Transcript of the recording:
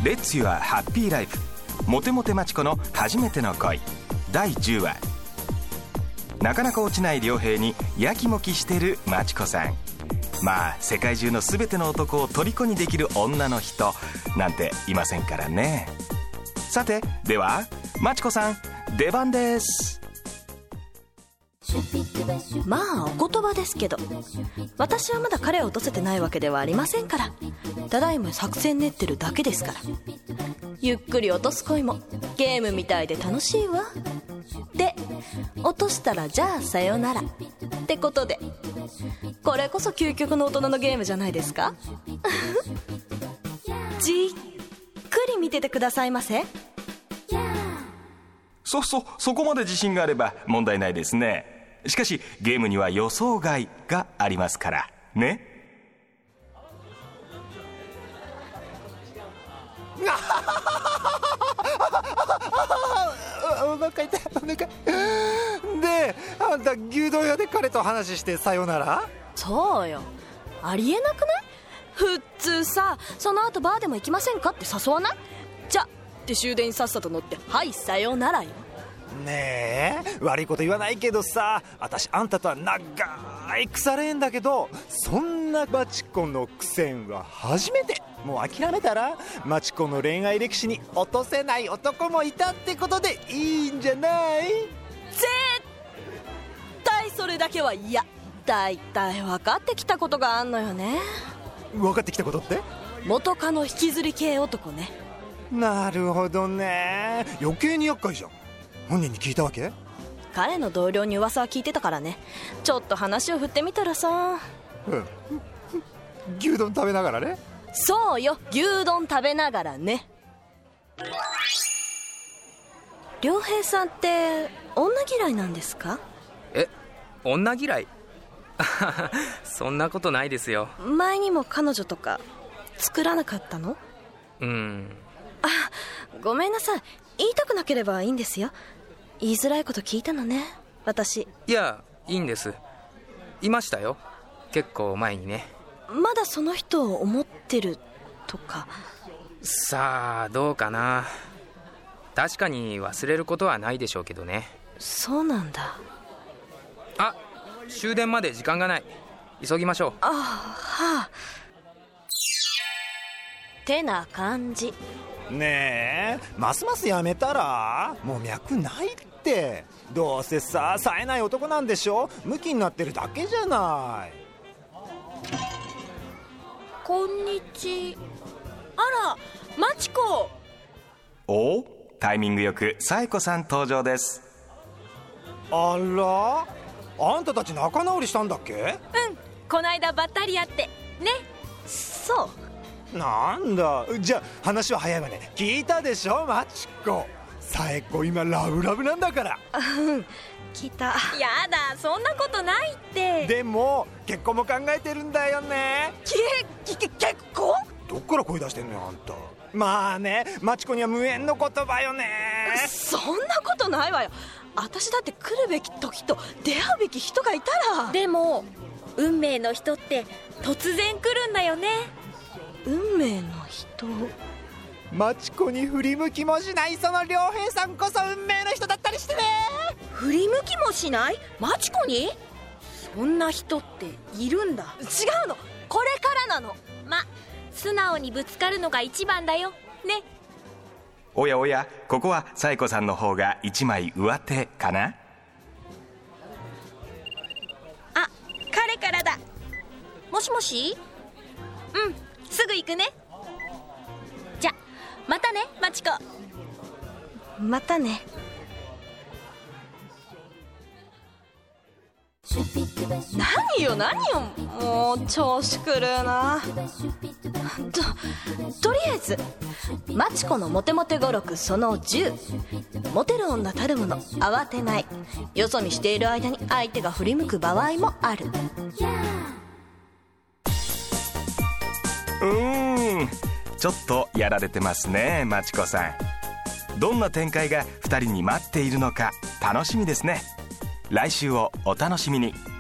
レッツユアハッピーライフモテモテマチコの初めての恋第10話。なかなか落ちない良平にやきもきしてるマチコさん。まあ世界中の全ての男を虜にできる女の人なんていませんからね。さてではマチコさん出番です。 まあお言葉ですけど、私はまだ彼を落とせてないわけではありませんから、ただいま作戦練ってるだけですから。ゆっくり落とす恋もゲームみたいで楽しいわ。で落としたらじゃあさよならってことで、これこそ究極の大人のゲームじゃないですか。じっくり見ててくださいませ。 そこまで自信があれば問題ないですね。しかしゲームには予想外がありますからね。 お腹痛いお腹で、あんた牛丼屋で彼と話してさよなら？ そうよ、ありえなくない？普通さ、その後バーでも行きませんかって誘わない？じゃって終電にさっさと乗ってはいさよならよ。 ねえ、悪いこと言わないけどさ、私あんたとは長い腐れんだけど、そんなマチコの苦戦は初めて。もう諦めたら、マチコの恋愛歴史に落とせない男もいたってことでいいんじゃない？ 絶対それだけは嫌。だいたい分かってきたことがあんのよね。 分かってきたことって？ 元カノ引きずり系男ね。 なるほどね、余計に厄介じゃん。本人に聞いたわけ？ 彼の同僚に噂は聞いてたからね。ちょっと話を振ってみたらさ。 牛丼食べながらね。 そうよ、牛丼食べながらね。良平さんって女嫌いなんですか？ 女嫌い？そんなことないですよ。 前にも彼女とか作らなかったの？あ、ごめんなさい。言いたくなければいいんですよ。言いづらいこと聞いたのね、私。 いや、いいんです。いましたよ、結構前にね。 まだその人を思ってるとか？ さあどうかな。確かに忘れることはないでしょうけどね。 そうなんだ。 あ、終電まで時間がない。急ぎましょう。 あ、はあ。てな感じ。 ねえ、ますますやめたら？もう脈ないって。どうせさ、冴えない男なんでしょ。ムキになってるだけじゃない。 こんにち。あら、マチコ。 お、タイミングよくサエコさん登場です。 あら、あんたたち仲直りしたんだっけ？ うん、こないだばったり会ってね。 そう。 なんだ、じゃあ話は早いわね。聞いたでしょマチコ、サエコ今ラブラブなんだから。 聞いた。 やだ、そんなことないって。 でも結婚も考えてるんだよね。 結婚？ どっから声出してんのよあんた。まあね、マチコには無縁の言葉よね。 そんなことないわよ。私だって来るべき時と出会うべき人がいたら。 でも運命の人って突然来るんだよね。 運命の人？ マチコに振り向きもしないその良平さんこそ運命の人だったりしてね。 振り向きもしないマチコに？そんな人っているんだ。 違うの、これからなの。 素直にぶつかるのが一番だよね。 おやおや、ここはサエコさんの方が一枚上手かな。 あ、彼からだ。もしもし？うん、すぐ行くね。じゃ、またねマチコ。 またね。何よもう調子狂うな。とりあえずマチコのモテモテ語録その10。モテる女たるもの慌てない。よそ見している間に相手が振り向く場合もある。 ちょっとやられてますねマチコさん。どんな展開が2人に待っているのか楽しみですね。来週をお楽しみに。